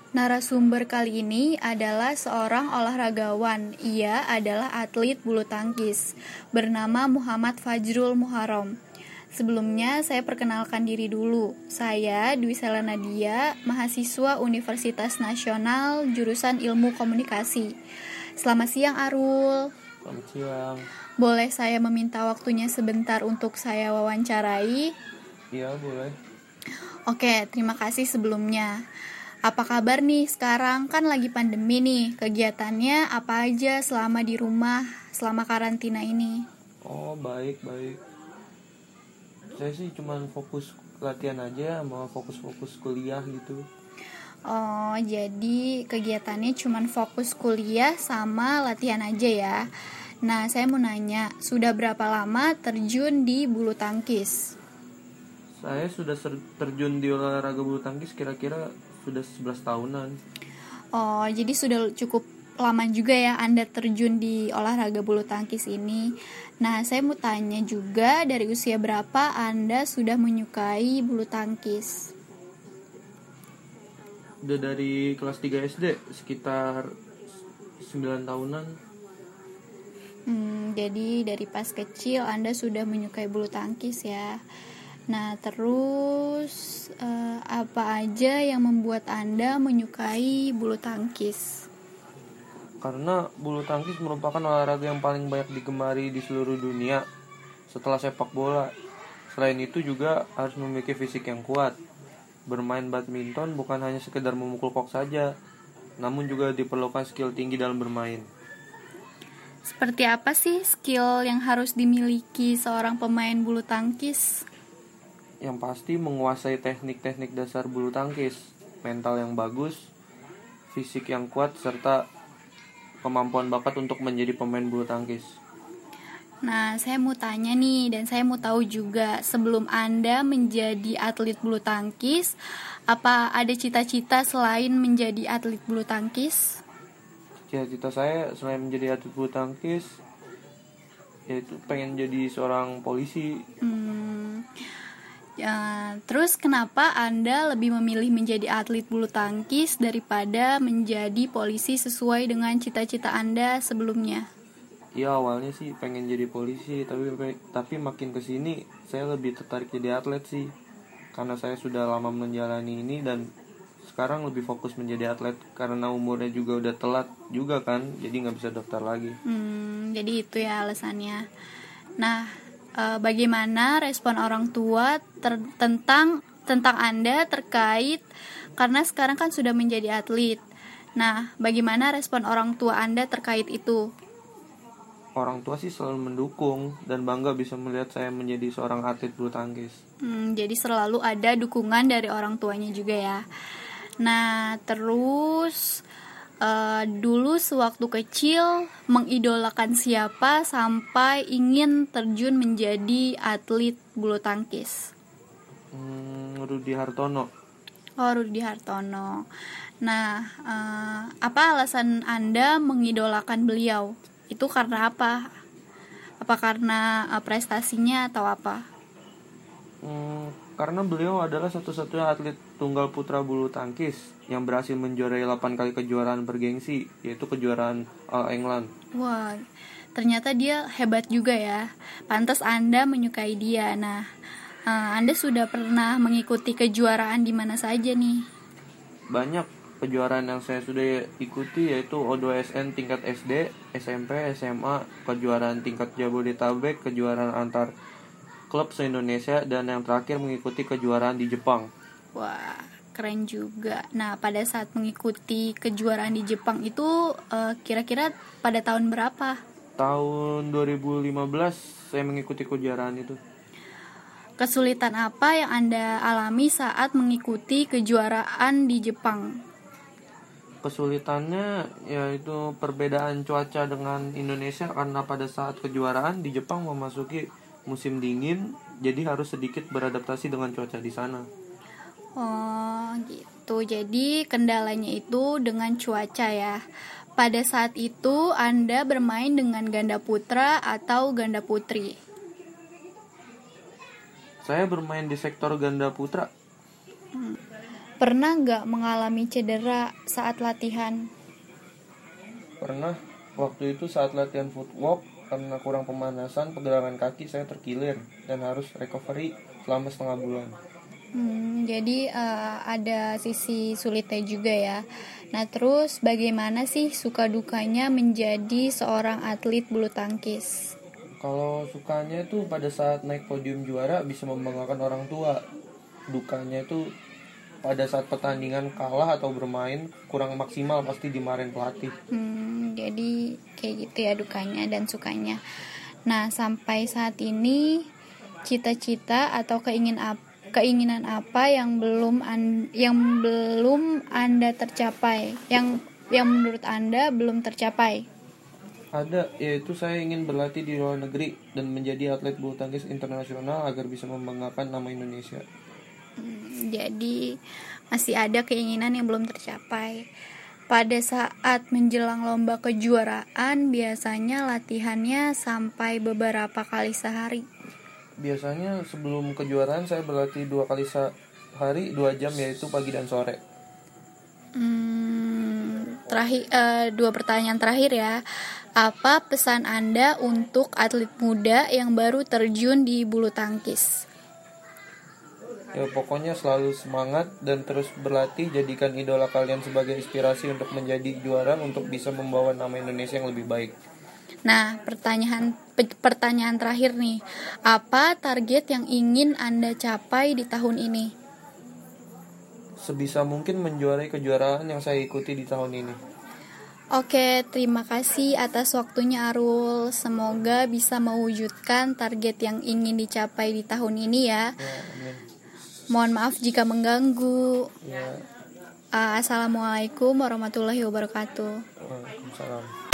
Narasumber kali ini adalah seorang olahragawan. Ia adalah atlet bulu tangkis bernama Muhammad Fajrul Muharram. Sebelumnya saya perkenalkan diri dulu. Saya Dwi Sela Nadia, mahasiswa Universitas Nasional jurusan Ilmu Komunikasi. Selamat siang Arul. Selamat siang. Boleh saya meminta waktunya sebentar untuk saya wawancarai? Iya, boleh. Oke, terima kasih sebelumnya. Apa kabar nih sekarang? Kan lagi pandemi nih. Kegiatannya apa aja selama di rumah, selama karantina ini? Oh, baik. Saya sih cuman fokus latihan aja, sama fokus kuliah gitu. Oh, jadi kegiatannya cuman fokus kuliah sama latihan aja ya. Nah, saya mau nanya, sudah berapa lama terjun di bulu tangkis? Saya sudah terjun di olahraga bulu tangkis kira-kira sudah 11 tahunan. Oh, jadi sudah cukup lama juga ya Anda terjun di olahraga bulu tangkis ini. Nah, saya mau tanya juga, dari usia berapa Anda sudah menyukai bulu tangkis? Udah dari kelas 3 SD, sekitar 9 tahunan. Jadi dari pas kecil Anda sudah menyukai bulu tangkis ya. Nah, terus apa aja yang membuat Anda menyukai bulu tangkis? Karena bulu tangkis merupakan olahraga yang paling banyak digemari di seluruh dunia setelah sepak bola. Selain itu juga harus memiliki fisik yang kuat. Bermain badminton bukan hanya sekedar memukul kok saja, namun juga diperlukan skill tinggi dalam bermain. Seperti apa sih skill yang harus dimiliki seorang pemain bulu tangkis? Yang pasti menguasai teknik-teknik dasar bulu tangkis, mental yang bagus, fisik yang kuat, serta kemampuan bakat untuk menjadi pemain bulu tangkis. Nah, saya mau tanya nih, dan saya mau tahu juga, sebelum Anda menjadi atlet bulu tangkis, apa ada cita-cita selain menjadi atlet bulu tangkis? Cita-cita saya selain menjadi atlet bulu tangkis, yaitu pengen jadi seorang polisi. Terus kenapa Anda lebih memilih menjadi atlet bulu tangkis daripada menjadi polisi sesuai dengan cita-cita Anda sebelumnya? Ya, awalnya sih pengen jadi polisi, tapi makin kesini saya lebih tertarik jadi atlet sih, karena saya sudah lama menjalani ini dan sekarang lebih fokus menjadi atlet karena umurnya juga udah telat juga kan, jadi nggak bisa daftar lagi. Jadi itu ya alasannya. Nah, bagaimana respon orang tua tentang Anda terkait, karena sekarang kan sudah menjadi atlet. Nah, bagaimana respon orang tua Anda terkait itu? Orang tua sih selalu mendukung dan bangga bisa melihat saya menjadi seorang atlet bulu tangkis. Jadi selalu ada dukungan dari orang tuanya juga ya. Nah, terus dulu sewaktu kecil mengidolakan siapa sampai ingin terjun menjadi atlet bulu tangkis? Rudi Hartono. Oh, Rudi Hartono. Nah, apa alasan Anda mengidolakan beliau? Itu karena apa? Apa karena prestasinya atau apa? Karena beliau adalah satu-satunya atlet tunggal putra bulu tangkis yang berhasil menjuarai 8 kali kejuaraan bergengsi, yaitu kejuaraan All England. Wah, ternyata dia hebat juga ya. Pantas Anda menyukai dia. Nah, Anda sudah pernah mengikuti kejuaraan di mana saja nih? Banyak kejuaraan yang saya sudah ikuti, yaitu O2SN tingkat SD, SMP, SMA, kejuaraan tingkat Jabodetabek, kejuaraan antar klub se-Indonesia, dan yang terakhir mengikuti kejuaraan di Jepang. Wah, keren juga. Nah, pada saat mengikuti kejuaraan di Jepang itu kira-kira pada tahun berapa? Tahun 2015 saya mengikuti kejuaraan itu. Kesulitan apa yang Anda alami saat mengikuti kejuaraan di Jepang? Kesulitannya yaitu perbedaan cuaca dengan Indonesia, karena pada saat kejuaraan di Jepang memasuki musim dingin, jadi harus sedikit beradaptasi dengan cuaca di sana. Oh, gitu. Jadi kendalanya itu dengan cuaca ya. Pada saat itu Anda bermain dengan ganda putra atau ganda putri? Saya bermain di sektor ganda putra. Pernah nggak mengalami cedera saat latihan? Pernah, waktu itu saat latihan footwork, karena kurang pemanasan, pergerakan kaki saya terkilir dan harus recovery selama setengah bulan. Jadi ada sisi sulitnya juga ya. Nah terus bagaimana sih suka dukanya menjadi seorang atlet bulu tangkis? Kalau sukanya itu pada saat naik podium juara bisa membanggakan orang tua. Dukanya itu pada saat pertandingan kalah atau bermain kurang maksimal pasti dimarahin pelatih. Jadi kayak gitu ya dukanya dan sukanya. Nah sampai saat ini cita-cita atau keinginan apa yang belum Anda tercapai, yang menurut Anda belum tercapai? Ada, yaitu saya ingin berlatih di luar negeri dan menjadi atlet bulu tangkis internasional agar bisa membanggakan nama Indonesia. Jadi masih ada keinginan yang belum tercapai. Pada saat menjelang lomba kejuaraan, biasanya latihannya sampai beberapa kali sehari. Biasanya sebelum kejuaraan saya berlatih 2 kali sehari 2 jam, yaitu pagi dan sore. Terakhir, 2 pertanyaan terakhir ya. Apa pesan Anda untuk atlet muda yang baru terjun di bulu tangkis? Ya pokoknya selalu semangat dan terus berlatih. Jadikan idola kalian sebagai inspirasi untuk menjadi juara, untuk bisa membawa nama Indonesia yang lebih baik. Nah, pertanyaan terakhir nih. Apa target yang ingin Anda capai di tahun ini? Sebisa mungkin menjuarai kejuaraan yang saya ikuti di tahun ini. Oke, terima kasih atas waktunya Arul. Semoga bisa mewujudkan target yang ingin dicapai di tahun ini ya. Amin. Mohon maaf jika mengganggu. Ya. Assalamualaikum warahmatullahi wabarakatuh. Waalaikumsalam.